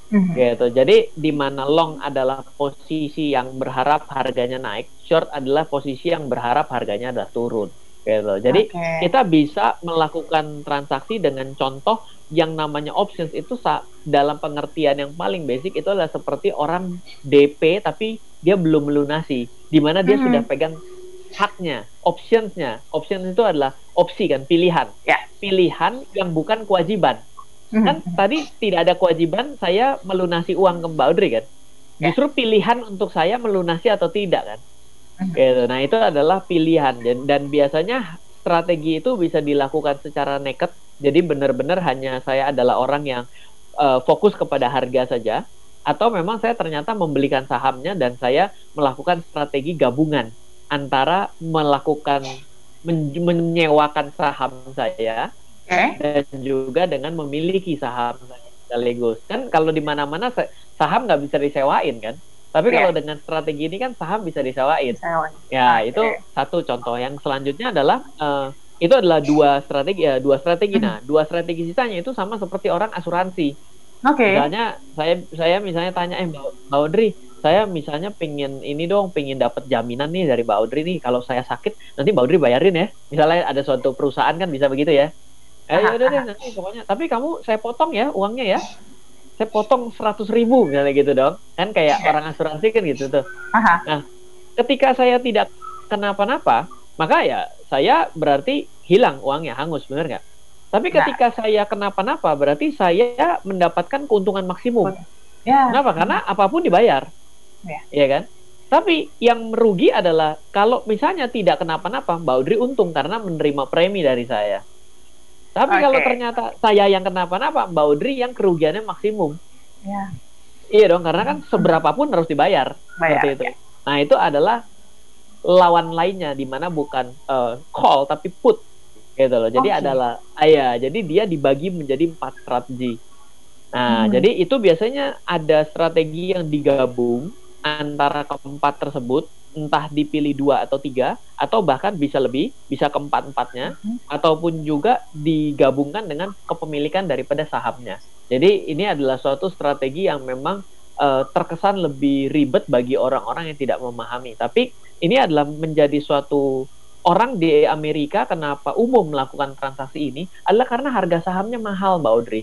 [SPEAKER 3] Gitu. Jadi di mana long adalah posisi yang berharap harganya naik, short adalah posisi yang berharap harganya adalah turun. Gitu. Jadi kita bisa melakukan transaksi dengan contoh yang namanya options itu dalam pengertian yang paling basic itu adalah seperti orang DP tapi dia belum melunasi, di mana dia sudah pegang haknya, optionsnya. Options itu adalah opsi kan, pilihan. Pilihan yang bukan kewajiban. Kan tadi tidak ada kewajiban saya melunasi uang ke Mbak Audrey kan. Justru pilihan untuk saya melunasi atau tidak kan. Gitu. Nah itu adalah pilihan dan biasanya strategi itu bisa dilakukan secara naked. Jadi benar-benar hanya saya adalah orang yang fokus kepada harga saja. Atau memang saya ternyata membelikan sahamnya dan saya melakukan strategi gabungan antara melakukan menyewakan saham saya dan juga dengan memiliki saham sekaligus. Kan kalau di mana-mana saham nggak bisa disewain kan. Tapi kalau dengan strategi ini kan saham bisa disewain. Ya itu satu contoh. Yang selanjutnya adalah itu adalah dua strategi. Nah, dua strategi sisanya itu sama seperti orang asuransi. Misalnya saya misalnya tanya Mbak Audrey, saya misalnya pingin dapat jaminan nih dari Mbak Audrey nih, kalau saya sakit nanti Mbak Audrey bayarin ya. Misalnya ada suatu perusahaan kan bisa begitu ya. Ya udah deh nanti pokoknya. Tapi saya potong ya uangnya ya. Saya potong 100.000 misalnya gitu dong. Kan kayak orang asuransi kan gitu tuh. Nah, ketika saya tidak kenapa-napa, maka ya saya berarti hilang uangnya, hangus, benar nggak? Tapi ketika saya kenapa-napa, berarti saya mendapatkan keuntungan maksimum. Kenapa? Karena apapun dibayar. Iya kan? Tapi yang merugi adalah kalau misalnya tidak kenapa-napa, Mbak Audrey untung karena menerima premi dari saya. Tapi kalau ternyata saya yang kenapa-napa, Mbak Audrey yang kerugiannya maksimum. Iya dong, karena kan seberapapun harus dibayar. Seperti itu. Nah itu adalah lawan lainnya, di mana bukan call tapi put, gitu loh. Jadi jadi dia dibagi menjadi 4 strategi. Nah jadi itu biasanya ada strategi yang digabung antara keempat tersebut. Entah dipilih 2 atau 3 atau bahkan bisa lebih, bisa keempat-empatnya ataupun juga digabungkan dengan kepemilikan daripada sahamnya. Jadi ini adalah suatu strategi yang memang terkesan lebih ribet bagi orang-orang yang tidak memahami. Tapi ini adalah menjadi suatu orang di Amerika kenapa umum melakukan transaksi ini adalah karena harga sahamnya mahal, Mbak Audrey.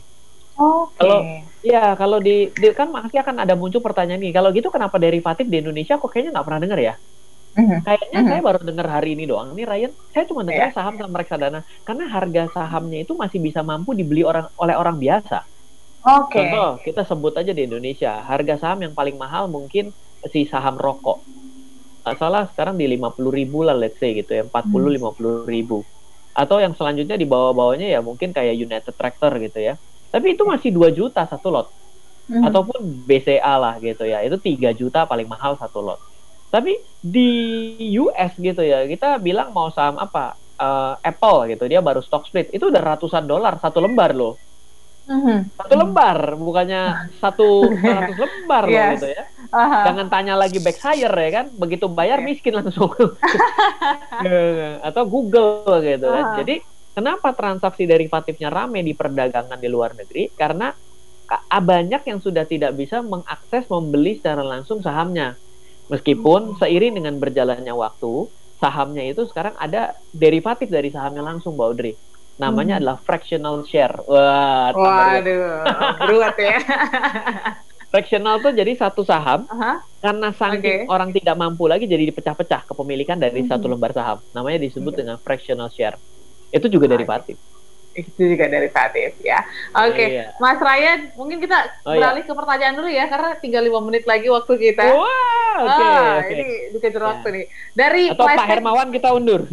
[SPEAKER 3] Kalau di kan masih akan ada muncul pertanyaan nih. Kalau gitu kenapa derivatif di Indonesia kok kayaknya nggak pernah dengar ya? Kayaknya saya baru dengar hari ini doang. Nih Ryan, saya cuma dengar saham sama reksadana karena harga sahamnya itu masih bisa mampu dibeli oleh orang biasa. Contoh, kita sebut aja di Indonesia, harga saham yang paling mahal mungkin si saham rokok. Nggak salah sekarang di 50.000 lah, let's say gitu ya, 40-50.000. Atau yang selanjutnya di bawah-bawahnya ya mungkin kayak United Tractor gitu ya. Tapi itu masih 2 juta satu lot. Ataupun BCA lah gitu ya. Itu 3 juta paling mahal satu lot. Tapi di US gitu ya, kita bilang mau saham apa? Apple gitu, dia baru stock split. Itu udah ratusan dolar satu lembar loh. Satu lembar, bukannya 100 lembar loh gitu ya. Jangan tanya lagi Berkshire ya kan. Begitu bayar miskin langsung. Atau Google gitu kan. Jadi kenapa transaksi derivatifnya rame di perdagangan di luar negeri? Karena banyak yang sudah tidak bisa mengakses membeli secara langsung sahamnya. Meskipun seiring dengan berjalannya waktu, sahamnya itu sekarang ada derivatif dari sahamnya langsung, Mbak Audrey. Namanya adalah fractional share.
[SPEAKER 2] Waduh, beruat ya.
[SPEAKER 3] Fractional tuh jadi satu saham, karena saking orang tidak mampu lagi jadi dipecah-pecah kepemilikan dari satu lembar saham. Namanya disebut dengan fractional share. Itu juga derivatif.
[SPEAKER 2] Itu juga derivatif ya. Mas Ryan, mungkin kita beralih ke pertanyaan dulu ya, karena tinggal 5 menit lagi waktu kita. Ini dikejar waktu nih. Atau Pak Hermawan kita undur.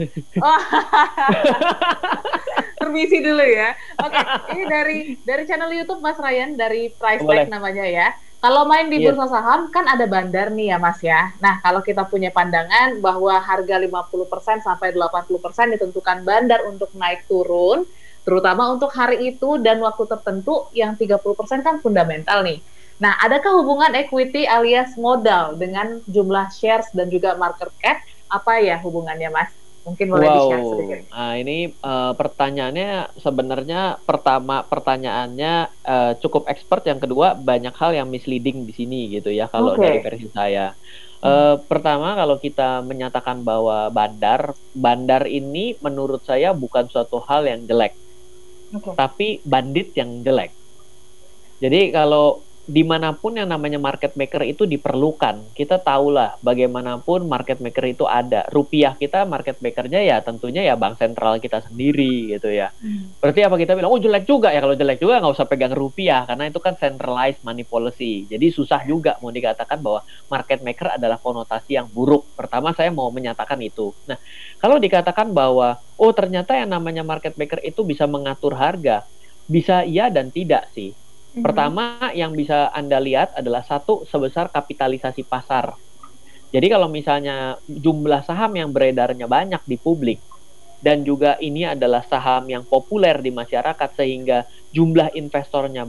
[SPEAKER 2] Permisi dulu ya. Ini dari channel YouTube Mas Ryan, dari Price Tag namanya ya. Kalau main di bursa saham kan ada bandar nih ya Mas ya. Nah, kalau kita punya pandangan bahwa harga 50% sampai 80% ditentukan bandar untuk naik turun, terutama untuk hari itu dan waktu tertentu, yang 30% kan fundamental nih. Nah, adakah hubungan equity alias modal dengan jumlah shares dan juga market cap? Apa ya hubungannya, Mas? Mungkin boleh di-share sedikit.
[SPEAKER 3] Nah, ini pertanyaannya sebenarnya pertanyaannya cukup expert, yang kedua banyak hal yang misleading di sini gitu ya kalau dari versi saya. Pertama, kalau kita menyatakan bahwa bandar ini menurut saya bukan suatu hal yang jelek, tapi bandit yang jelek. Jadi kalau dimanapun yang namanya market maker itu diperlukan, kita tahulah bagaimanapun market maker itu ada. Rupiah kita market makernya ya tentunya ya bank sentral kita sendiri gitu ya. Berarti apa kita bilang, oh jelek juga ya? Kalau jelek juga nggak usah pegang rupiah, karena itu kan centralized money policy. Jadi susah juga mau dikatakan bahwa market maker adalah konotasi yang buruk. Pertama saya mau menyatakan itu. Nah, kalau dikatakan bahwa oh ternyata yang namanya market maker itu bisa mengatur harga, bisa iya dan tidak sih. Pertama yang bisa Anda lihat adalah satu, sebesar kapitalisasi pasar. Jadi kalau misalnya jumlah saham yang beredarnya banyak di publik, dan juga ini adalah saham yang populer di masyarakat sehingga jumlah investornya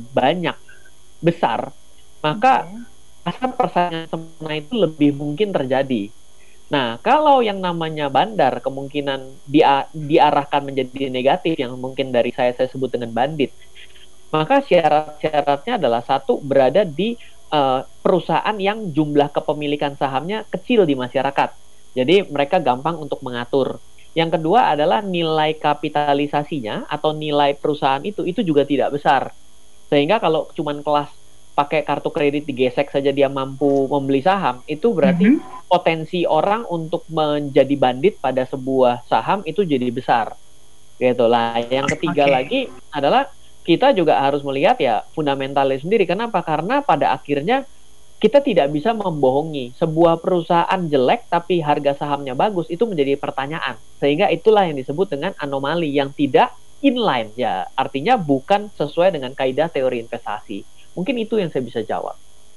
[SPEAKER 3] besar, maka pasar persaingan sempurna itu lebih mungkin terjadi. Nah, kalau yang namanya bandar kemungkinan diarahkan menjadi negatif, yang mungkin dari saya sebut dengan bandit, maka syarat-syaratnya adalah satu, berada di perusahaan yang jumlah kepemilikan sahamnya kecil di masyarakat. Jadi mereka gampang untuk mengatur. Yang kedua adalah nilai kapitalisasinya atau nilai perusahaan itu juga tidak besar. Sehingga kalau cuman kelas pakai kartu kredit digesek saja dia mampu membeli saham, itu berarti potensi orang untuk menjadi bandit pada sebuah saham itu jadi besar. Gitu lah. Yang ketiga lagi adalah kita juga harus melihat ya fundamentalnya sendiri. Kenapa? Karena pada akhirnya kita tidak bisa membohongi. Sebuah perusahaan jelek tapi harga sahamnya bagus, itu menjadi pertanyaan. Sehingga itulah yang disebut dengan anomali yang tidak inline. Ya, artinya bukan sesuai dengan kaidah teori investasi. Mungkin itu yang saya bisa jawab.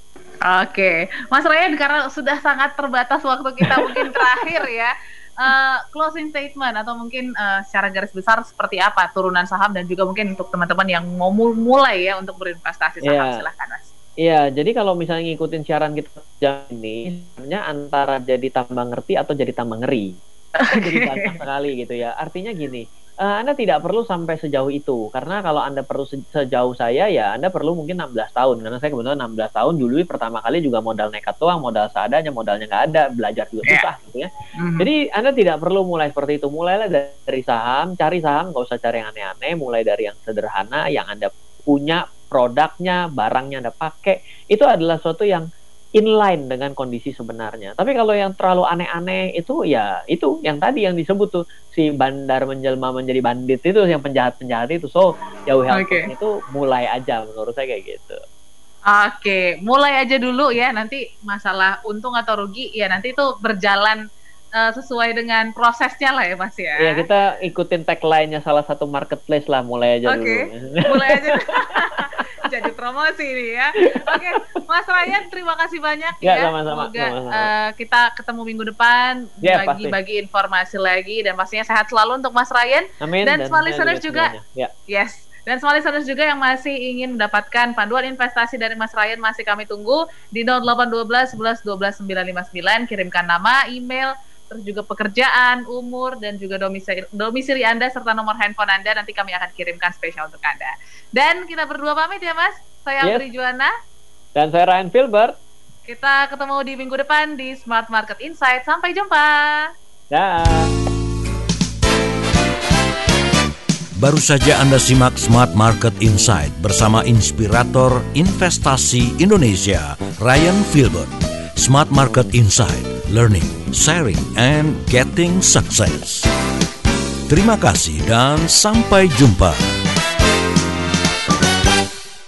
[SPEAKER 2] Oke, Mas Ryan, karena sudah sangat terbatas waktu kita mungkin terakhir ya. Closing statement atau mungkin secara garis besar seperti apa turunan saham, dan juga mungkin untuk teman-teman yang mau mulai ya untuk berinvestasi saham, silahkan Mas.
[SPEAKER 3] Iya, jadi kalau misalnya ngikutin siaran kita ini, sebenarnya antara jadi tambah ngerti atau jadi tambah ngeri. Jadi banyak sekali gitu ya. Artinya gini, Anda tidak perlu sampai sejauh itu, karena kalau Anda perlu sejauh saya ya Anda perlu mungkin 16 tahun, karena saya kebetulan 16 tahun dulu pertama kali juga modal nekat doang, modal seadanya, modalnya nggak ada, belajar juga susah gitu ya. Jadi Anda tidak perlu mulai seperti itu, mulailah dari saham, cari saham, nggak usah cari yang aneh-aneh, mulai dari yang sederhana, yang Anda punya produknya, barangnya Anda pakai, itu adalah sesuatu yang inline dengan kondisi sebenarnya. Tapi kalau yang terlalu aneh-aneh itu ya itu yang tadi yang disebut tuh si bandar menjelma menjadi bandit itu, yang penjahat-penjahat itu. So itu mulai aja menurut saya kayak gitu.
[SPEAKER 2] Oke, mulai aja dulu ya, nanti masalah untung atau rugi ya nanti itu berjalan sesuai dengan prosesnya lah ya Mas ya.
[SPEAKER 3] Iya, kita ikutin tagline-nya salah satu marketplace lah, mulai aja dulu.
[SPEAKER 2] Mulai aja. Jadi promosi nih ya. Oke, Mas Ryan, terima kasih banyak ya.
[SPEAKER 3] Sama-sama.
[SPEAKER 2] Semoga kita ketemu minggu depan, bagi informasi lagi, dan pastinya sehat selalu untuk Mas Ryan.
[SPEAKER 3] Amin.
[SPEAKER 2] Dan semua listeners juga. Yes. Dan semua listeners juga yang masih ingin mendapatkan panduan investasi dari Mas Ryan, masih kami tunggu di 0812 11 12 959. Kirimkan nama, email, terus juga pekerjaan, umur, dan juga domisili Anda serta nomor handphone Anda. Nanti kami akan kirimkan spesial untuk Anda. Dan kita berdua pamit ya Mas. Saya Amri Juwana.
[SPEAKER 3] Dan saya Ryan Filbert.
[SPEAKER 2] Kita ketemu di minggu depan di Smart Market Insight. Sampai jumpa.
[SPEAKER 1] Baru saja Anda simak Smart Market Insight bersama inspirator investasi Indonesia, Ryan Filbert. Smart Market Insight, learning, sharing, and getting success. Terima kasih dan sampai jumpa.